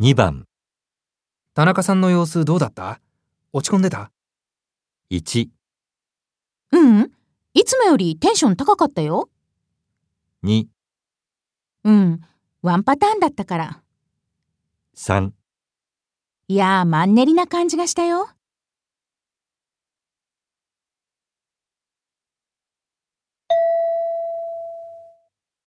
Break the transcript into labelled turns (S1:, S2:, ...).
S1: 2番、
S2: 田中さんの様子どうだった？落ち込んでた？
S1: 1、
S3: いつもよりテンション高かったよ。
S1: 2、
S3: ワンパターンだったから。
S1: 3
S3: いやー、マンネリな感じがしたよ。